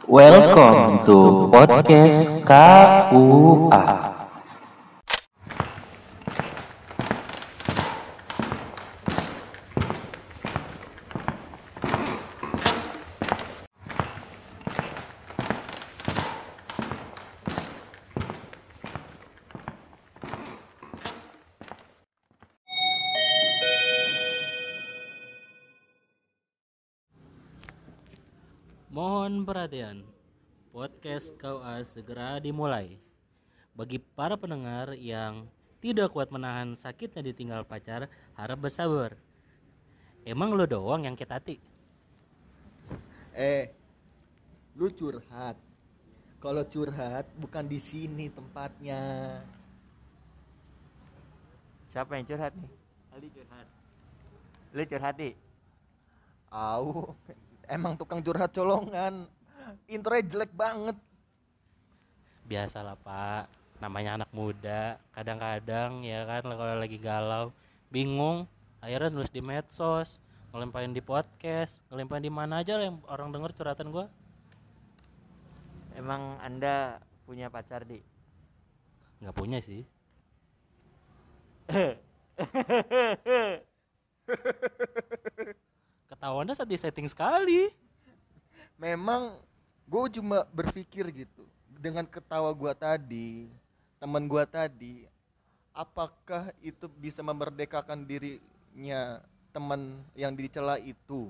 Welcome to podcast KUA. Mohon perhatian, podcast KUA segera dimulai. Bagi para pendengar yang tidak kuat menahan sakitnya ditinggal pacar, harap bersabar. Emang lo doang yang sakit hati? Lu curhat. Kalau curhat bukan di sini tempatnya. Siapa yang curhat nih? Ali curhat. Lu curhati? Au, emang tukang curhat colongan. Intronya jelek banget. Biasalah pak, namanya anak muda. Kadang-kadang ya kan kalau lagi galau, bingung, akhirnya nulis di medsos, ngelemparin di podcast, ngelemparin di mana aja lah yang orang denger curhatan gue. Emang Anda punya pacar, Di? Nggak punya sih. Ketahuannya saat di setting sekali. Memang gue cuma berpikir gitu. Dengan ketawa gua tadi, teman gua tadi, apakah itu bisa memerdekakan dirinya teman yang dicela itu?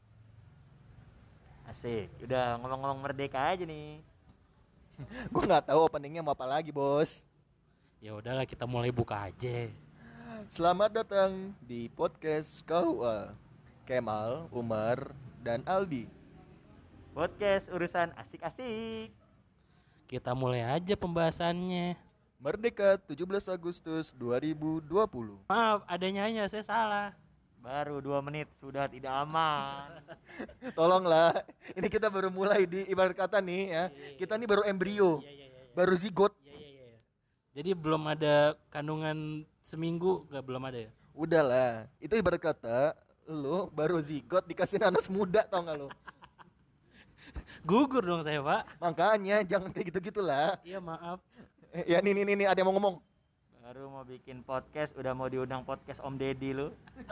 Asik. Udah ngomong-ngomong merdeka aja nih. Gue nggak tahu openingnya mau apa lagi, bos. Ya udahlah kita mulai buka aja. Selamat datang di podcast KUA. Kemal, Umar, dan Aldi. Podcast urusan asik-asik. Kita mulai aja pembahasannya. Merdeka 17 Agustus 2020. Maaf, ada nyanyi, saya salah. Baru 2 menit sudah tidak aman. Tolonglah, ini kita baru mulai di ibarat kata nih ya. Kita nih baru embrio, baru zigot. Jadi belum ada kandungan seminggu, belum ada ya? Udahlah, itu ibarat kata lu baru zigot dikasih nanas muda, tau gak lu? Gugur dong saya pak. Makanya jangan kayak gitu-gitulah. Iya maaf. Ya nih ada yang mau ngomong. Baru mau bikin podcast udah mau diundang podcast Om Deddy lu.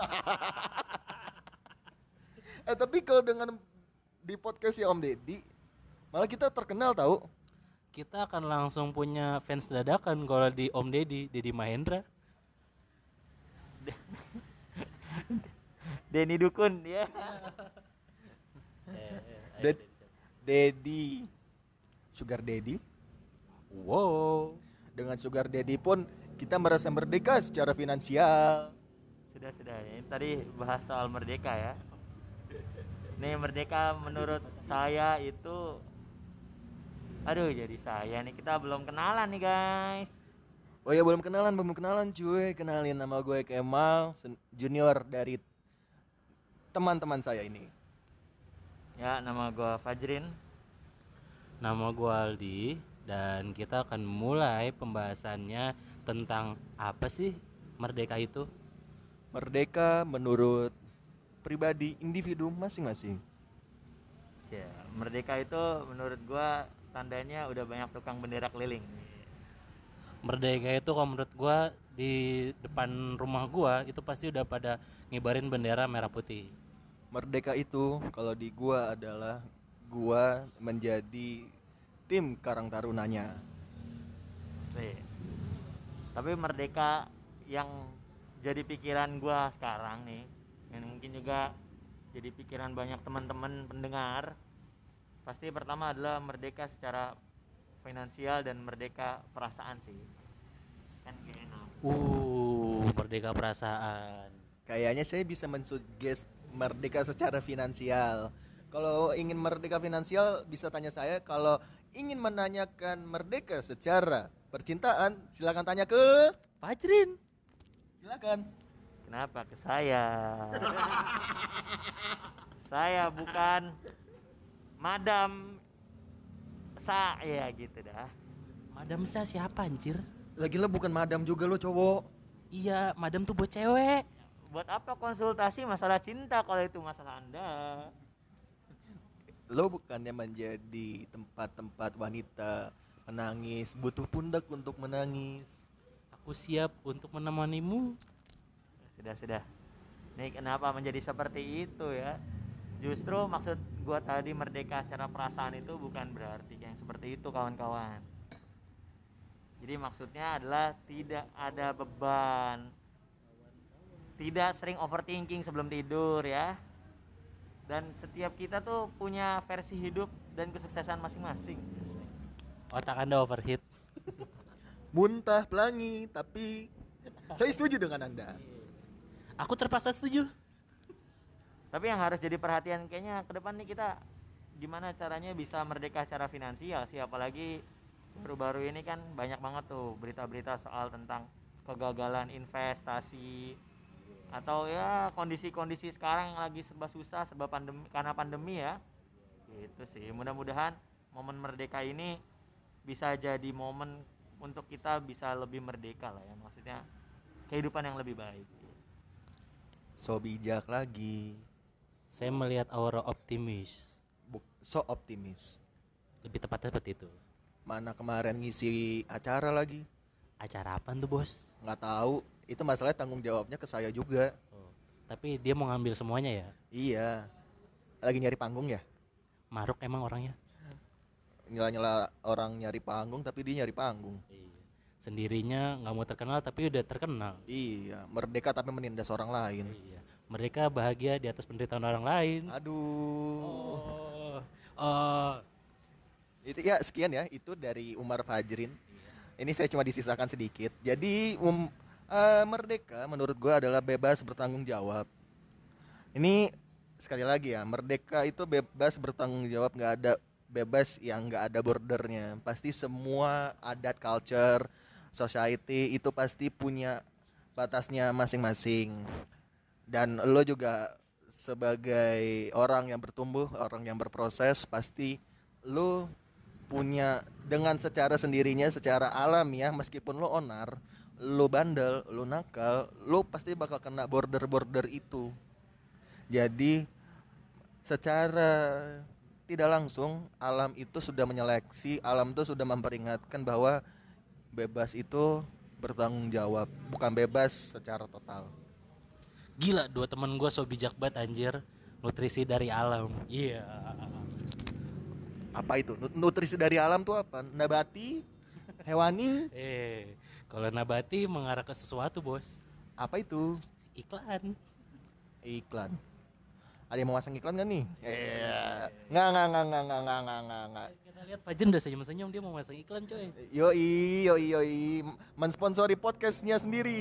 Tapi kalau dengan di podcast ya Om Deddy, malah kita terkenal tahu. Kita akan langsung punya fans dadakan kalau di Om Deddy, Deddy Mahendra. Denny Dukun ya. Daddy, Sugar Daddy. Wow. Dengan Sugar Daddy pun kita merasa merdeka secara finansial. Sudah. Ini tadi bahas soal merdeka ya. Nih merdeka menurut saya itu, aduh jadi saya nih, kita belum kenalan nih guys. Oh ya belum kenalan cuy. Kenalin, nama gue Kemal, junior dari teman-teman saya ini. Ya, nama gue Fajrin. Nama gue Aldi. Dan kita akan mulai pembahasannya tentang apa sih merdeka itu? Merdeka menurut pribadi individu masing-masing. Ya, merdeka itu menurut gue tandanya udah banyak tukang bendera keliling. Merdeka itu kalau menurut gue di depan rumah gue itu pasti udah pada ngibarin bendera merah putih. Merdeka itu kalau di gua adalah gua menjadi tim Karang Tarunanya. Nih. Tapi merdeka yang jadi pikiran gua sekarang nih, yang mungkin juga jadi pikiran banyak teman-teman pendengar, pasti pertama adalah merdeka secara finansial dan merdeka perasaan sih. Kan gak enak. Merdeka perasaan. Kayaknya saya bisa mensuggest merdeka secara finansial. Kalau ingin merdeka finansial bisa tanya saya. Kalau ingin menanyakan merdeka secara percintaan silakan tanya ke Fajrin. Silakan. Kenapa ke saya? Saya bukan Madam saya gitu dah. Madam Sa siapa anjir? Lagi-lagi bukan madam juga lo cowok. Iya, madam tuh buat cewek. Buat apa konsultasi masalah cinta kalau itu masalah Anda? lo bukannya menjadi tempat-tempat wanita menangis, butuh pundak untuk menangis. Aku siap untuk menemanimu. Sudah. Nih kenapa menjadi seperti itu ya? Justru maksud gua tadi merdeka secara perasaan itu bukan berarti yang seperti itu kawan-kawan. Jadi maksudnya adalah tidak ada beban, tidak sering overthinking sebelum tidur ya. Dan setiap kita tuh punya versi hidup dan kesuksesan masing-masing. Otak Anda overheat. Muntah pelangi, tapi saya setuju dengan Anda. Aku terpaksa setuju. Tapi yang harus jadi perhatian kayaknya ke depan nih kita gimana caranya bisa merdeka secara finansial sih, apalagi baru-baru ini kan banyak banget tuh berita-berita soal tentang kegagalan investasi atau ya kondisi-kondisi sekarang yang lagi serba susah serba pandemi, karena pandemi ya. Gitu sih. Mudah-mudahan momen merdeka ini bisa jadi momen untuk kita bisa lebih merdeka lah ya, maksudnya kehidupan yang lebih baik. So bijak lagi. Saya melihat aura optimis. So optimis. Lebih tepatnya seperti itu. Mana kemarin ngisi acara lagi? Acara apa tuh bos? Nggak tahu. Itu masalahnya tanggung jawabnya ke saya juga. Oh, tapi dia mau ngambil semuanya ya? Iya. Lagi nyari panggung ya? Maruk emang orangnya? Nyela-nyela orang nyari panggung tapi dia nyari panggung. Iya. Sendirinya nggak mau terkenal tapi udah terkenal. Iya. Merdeka tapi menindas orang lain. Iya. Mereka bahagia di atas penderitaan orang lain. Aduh. Oh. Itu ya, sekian ya. Itu dari Umar Fajrin. Ini saya cuma disisakan sedikit. Jadi merdeka menurut gue adalah bebas bertanggung jawab. Ini sekali lagi ya, merdeka itu bebas bertanggung jawab, nggak ada bebas yang nggak ada bordernya. Pasti semua adat, culture, society itu pasti punya batasnya masing-masing. Dan lo juga sebagai orang yang bertumbuh, orang yang berproses, pasti lo punya dengan secara sendirinya, secara alamiah, meskipun lo onar, lo bandel, lo nakal, lo pasti bakal kena border-border itu. Jadi secara tidak langsung alam itu sudah menyeleksi, alam itu sudah memperingatkan bahwa bebas itu bertanggung jawab, bukan bebas secara total. Gila, dua temen gue so bijak banget anjir. Nutrisi dari alam. Iya. Apa itu? Nutrisi dari alam tuh apa? Nabati? Hewani? Kalau nabati mengarah ke sesuatu bos. Apa itu? Iklan. Iklan. Ada yang mau masang iklan gak nih? Nggak. Kita lihat Fajen udah senyum-senyum, dia mau masang iklan coy. Yoi. Mensponsori podcastnya sendiri.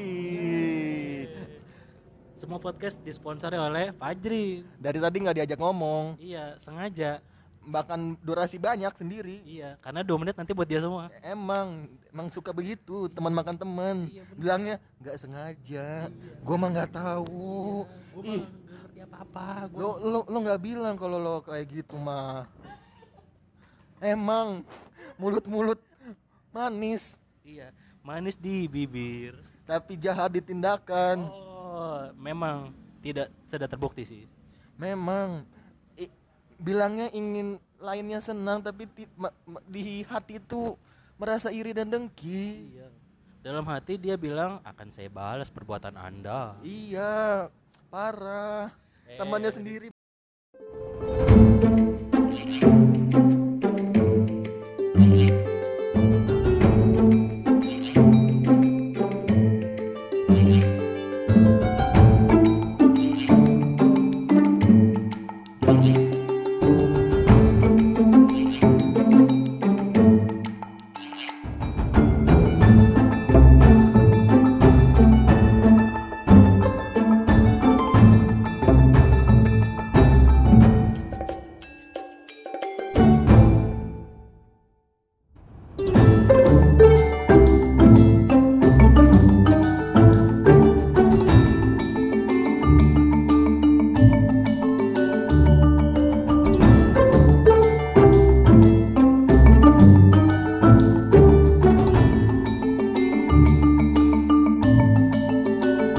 Semua podcast disponsori oleh Fajrin. Dari tadi nggak diajak ngomong. Iya, sengaja. Bahkan durasi banyak sendiri. Iya, karena 2 menit nanti buat dia semua. Emang suka begitu, teman makan teman. Iya, Bilangnya nggak sengaja. Gua mah nggak tahu. Gue nggak ngerti apa-apa. Lo nggak bilang kalau lo kayak gitu mah. Emang mulut manis, Iya, manis di bibir. tapi jahat di tindakan. Oh, memang tidak sudah terbukti sih. Memang bilangnya ingin lainnya senang, tapi di hati itu merasa iri dan dengki. Iya. Dalam hati dia bilang akan saya balas perbuatan Anda. Iya, parah. Temannya sendiri.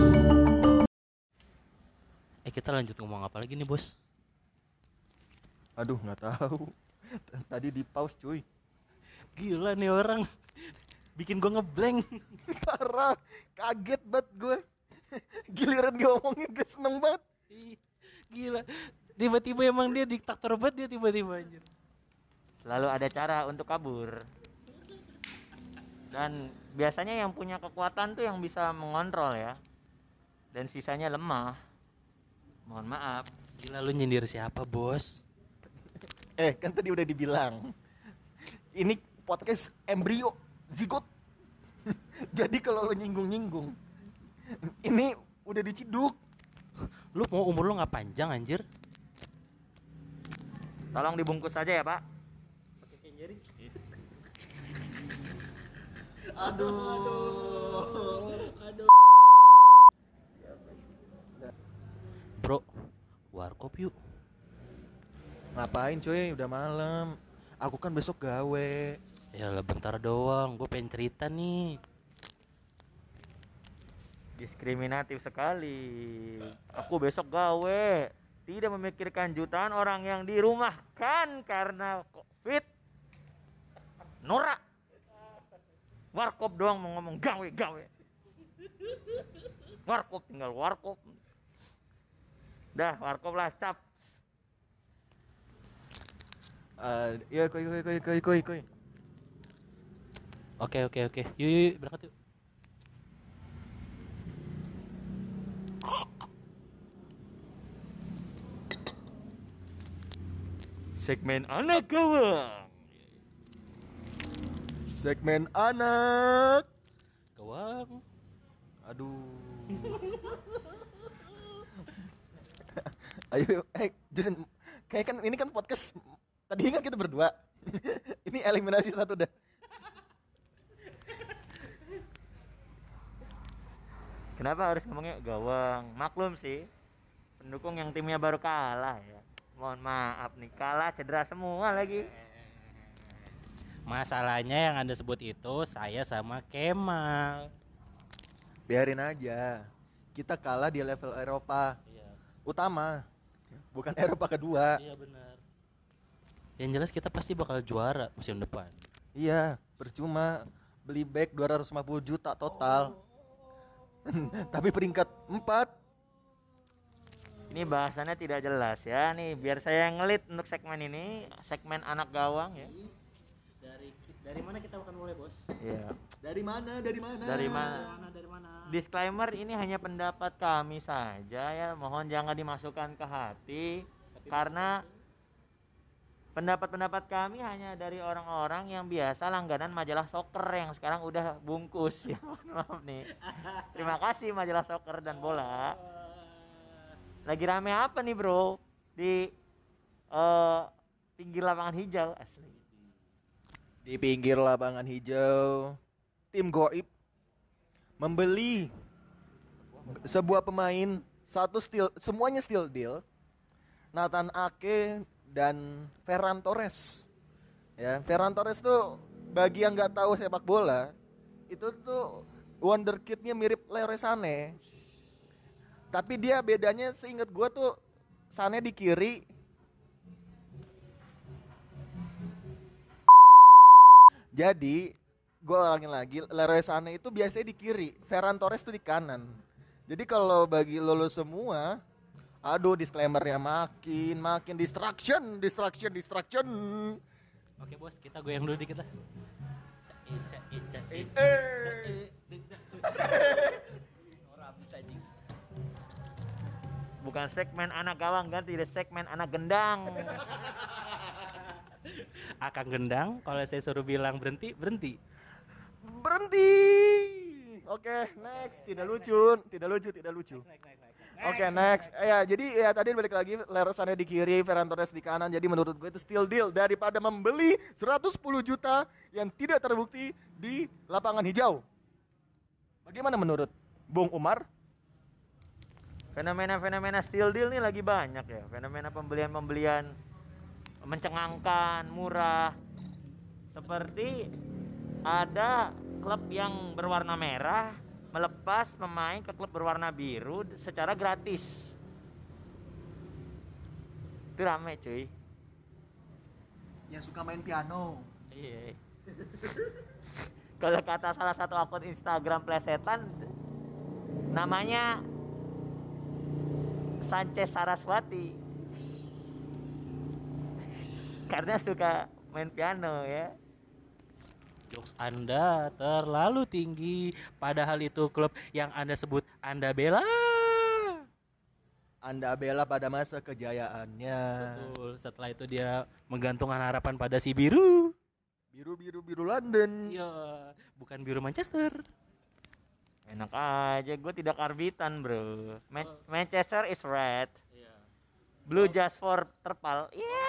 Kita lanjut ngomong apa lagi nih bos? Aduh, nggak tahu. Tadi di pause cuy. Gila nih orang. Bikin gue ngeblank. Parah, kaget banget gue. Giliran dia ngomongin gue seneng banget. Ih, gila. Tiba-tiba emang dia diktator banget dia tiba-tiba anjir. Selalu ada cara untuk kabur. Dan biasanya yang punya kekuatan tuh yang bisa mengontrol ya. Dan sisanya lemah. Mohon maaf. Gila lu nyindir siapa, Bos? Kan tadi udah dibilang. Ini podcast embrio, zigot. Jadi kalau lo nyinggung-nyinggung, ini udah diciduk. Lu mau umur lu nggak panjang anjir? Tolong dibungkus aja ya, Pak. Pakai kenjari. Aduh. Bro, warkop yuk. Ngapain cuy? Udah malam. Aku kan besok gawe. Ya lah bentar doang, gue pengen cerita nih. Diskriminatif sekali. Aku besok gawe. Tidak memikirkan jutaan orang yang dirumahkan karena Covid. Norak. Warkop doang mau ngomong gawe. Warkop tinggal warkop. Dah, warkop lah cap. Ya koi. Oke. Yuk, berangkat yuk. Segmen anak gawang. Segmen anak. Gawang. Aduh. Ayo, jangan. Kayak kan ini kan podcast. Tadi kan kita berdua. Ini eliminasi satu dah. Kenapa harus ngomongnya gawang? Maklum sih. Pendukung yang timnya baru kalah ya. Mohon maaf nih, kalah cedera semua lagi. Masalahnya yang Anda sebut itu saya sama Kemal. Biarin aja. Kita kalah di level Eropa Iya. utama. Bukan Eropa kedua. Iya benar. Yang jelas kita pasti bakal juara musim depan. Iya, percuma beli bag 250 juta total. Tapi peringkat 4. Ini bahasannya tidak jelas ya. Nih biar saya yang ngelit untuk segmen ini, segmen anak gawang ya. Dari mana kita akan mulai, Bos? Iya. Dari mana? Dari mana? Dari mana? Disclaimer, ini hanya pendapat kami saja ya. Mohon jangan dimasukkan ke hati. Karena pendapat-pendapat kami hanya dari orang-orang yang biasa langganan majalah soccer yang sekarang udah bungkus ya. Maaf nih. Terima kasih majalah soccer dan bola. Lagi rame apa nih bro di pinggir lapangan hijau asli. Di pinggir lapangan hijau, tim Goib membeli sebuah pemain, semuanya steal deal. Nathan Ake dan Ferran Torres. Ya, Ferran Torres tuh bagi yang nggak tahu sepak bola, itu tuh wonderkidnya mirip Leroy Sané. Tapi dia bedanya seingat gue tuh Sané di kiri. Jadi gue ulangin lagi, Leroy Sané itu biasanya di kiri, Ferran Torres tuh di kanan. Jadi kalau bagi lo semua, aduh disclaimernya makin distraction. Oke, Bos, kita goyang dulu dikit lah. Bukan segmen anak gawang, ganti deh segmen anak gendang. Akang gendang, kalau saya suruh bilang berhenti. Berhenti. Oke, next. Tidak lucu. Oke, next. Ya, jadi ya tadi balik lagi Leroy Sané di kiri, Ferran Torres di kanan. Jadi menurut gue itu steal deal daripada membeli 110 juta yang tidak terbukti di lapangan hijau. Bagaimana menurut Bung Umar? Fenomena steal deal nih lagi banyak ya. Fenomena pembelian mencengangkan, murah. Seperti ada klub yang berwarna merah melepas pemain ke klub berwarna biru secara gratis. Itu rame cuy. Yang suka main piano. Iya. Kalau kata salah satu akun Instagram plesetan, namanya Sanchez Saraswati. Karena suka main piano ya. Jokes Anda terlalu tinggi, padahal itu klub yang Anda sebut Anda bela. Anda bela pada masa kejayaannya. Betul. Setelah itu dia menggantungkan harapan pada si biru. Biru London. Iya, bukan biru Manchester. Enak aja, gue tidak karbitan bro. Manchester is red, Iya. blue just for terpal. Iya.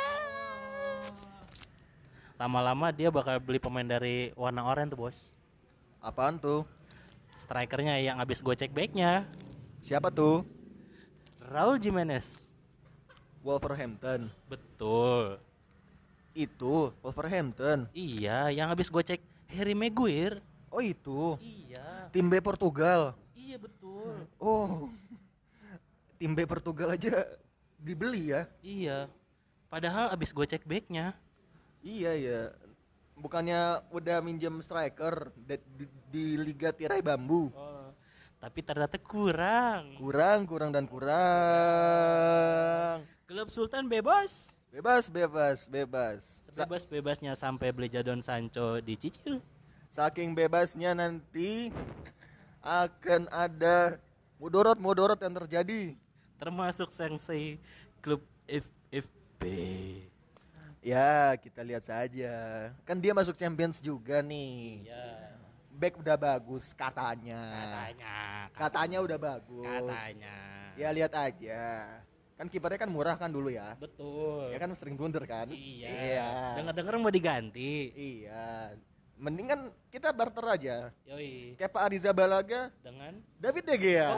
Lama-lama dia bakal beli pemain dari warna oranye tuh bos. Apaan tuh? Strikernya yang abis gue cek backnya, Siapa tuh? Raul Jimenez. Wolverhampton. Betul. Itu Wolverhampton. Iya, yang habis gue cek Harry Maguire. Oh itu. Iya. Tim B Portugal. Iya betul. Oh. Tim B Portugal aja dibeli ya. Iya. Padahal abis gue cek backnya. Iya ya. Bukannya udah minjem striker di Liga Tirai Bambu. Oh. Tapi ternyata kurang. Kurang. Klub Sultan bebas. Bebas. Sebebas-bebasnya sampai beli Jadon Sancho dicicil. Saking bebasnya nanti akan ada mudorot yang terjadi. Termasuk sanksi klub FFP. Ya, kita lihat saja. Kan dia masuk Champions juga nih. Iya. Back udah bagus katanya. Katanya udah bagus. Katanya. Ya lihat aja. Kan kipernya kan murah kan dulu ya. Betul. Ya kan sering blunder kan? Iya. Dengar-dengar mau diganti. Iya. Mendingan kita barter aja. Yoi. Kayak Pak Arrizabalaga Dengan David De Gea.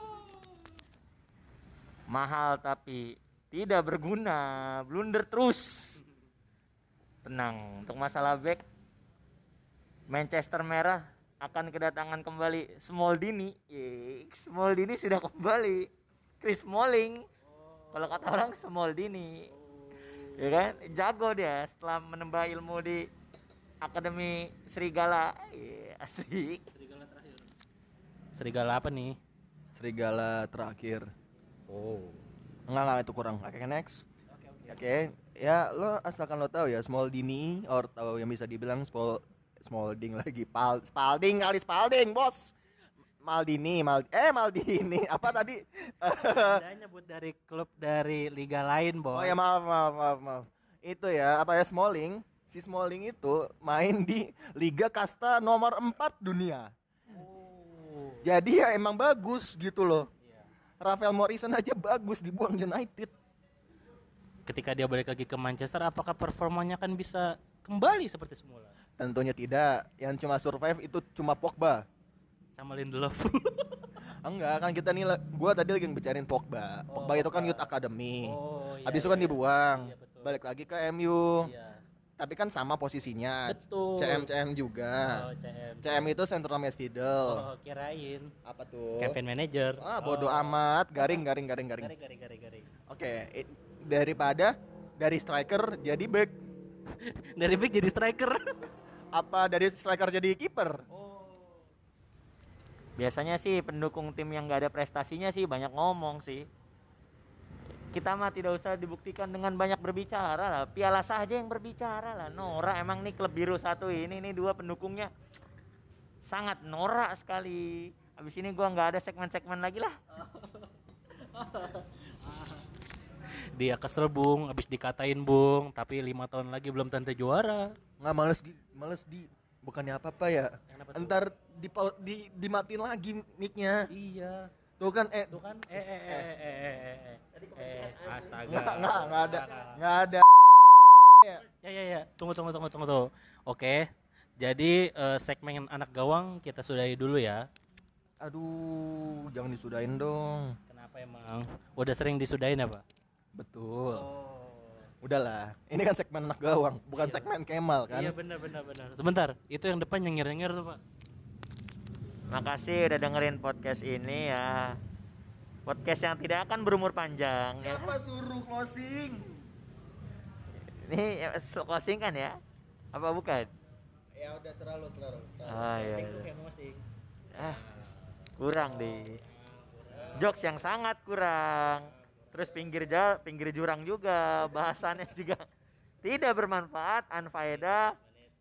Mahal tapi tidak berguna, blunder terus. Tenang, untuk masalah back, Manchester Merah akan kedatangan kembali Smoldini. Smoldini sudah kembali. Chris Smalling. Kalau kata orang Smoldini. Ya kan? Jago dia setelah menembak ilmu di Akademi Serigala. Asik. Serigala apa nih? Serigala terakhir. Oh. Enggak itu kurang. Oke, next. Oke. Ya lo asalkan lo tahu ya Smoldini atau yang bisa dibilang Smolding lagi Spalding bos. Maldini apa tadi? Dia nyebut dari klub dari liga lain, bos. Oh ya maaf. Itu ya apa ya Smalling. Si Smalling itu main di Liga Kasta nomor 4 dunia. Oh. Jadi ya emang bagus gitu loh. Rafael Morrison aja bagus dibuang United. Ketika dia balik lagi ke Manchester, apakah performanya kan bisa kembali seperti semula? Tentunya tidak. Yang cuma survive itu cuma Pogba. Sama Lindelof. Enggak kan kita nih gua tadi lagi bicarain Pogba. Pogba itu kan youth academy. Oh, iya, Habis itu kan dibuang. Iya, betul. Balik lagi ke MU. Iya. Tapi kan sama posisinya. Betul. CM juga. Oh, CM. CM itu central midfield. Oh, kirain Apa tuh? Kevin Manager. Bodoh amat. Garing. Garing. Oke, daripada dari striker jadi back. Dari back jadi striker. Apa dari striker jadi kiper? Biasanya sih pendukung tim yang gak ada prestasinya sih banyak ngomong sih. Kita mah tidak usah dibuktikan dengan banyak berbicara lah. Piala saja yang berbicara lah. Norak emang nih klub biru satu ini nih dua pendukungnya sangat norak sekali. Habis ini gua nggak ada segmen-segmen lagi lah. Dia kesel Bung, habis dikatain Bung, tapi 5 tahun lagi belum tentu juara. Nggak males di bukannya apa-apa ya. Kenapa tuh? Ntar dimatiin lagi mic-nya. Iya. Tuh kan Tuh kan astaga. Nggak ada. Ya. Tunggu. Oke. Jadi segmen anak gawang kita sudahi dulu ya. Aduh, jangan disudahin dong. Kenapa emang? Udah sering disudahin apa? Betul. Udahlah, ini kan segmen anak gawang, bukan segmen Kemal kan? Iya benar. Sebentar, itu yang depan nyengir tuh Pak. Makasih udah dengerin podcast ini ya. Podcast yang tidak akan berumur panjang ya. Siapa suruh closing? Ini closing kan ya? Apa bukan? Ya udah selalu. Ah iya. Ah, kurang deh. Jokes yang sangat kurang. Terus pinggir jurang juga, bahasannya juga tidak bermanfaat, unfaedah.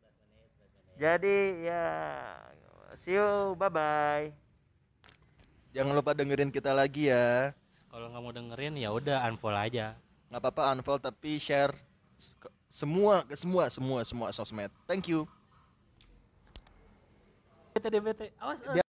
Jadi ya see you, bye bye. Jangan lupa dengerin kita lagi ya. Kalau nggak mau dengerin ya udah unfollow aja. Nggak apa-apa unfollow tapi share semua sosmed. Thank you. BT, awas.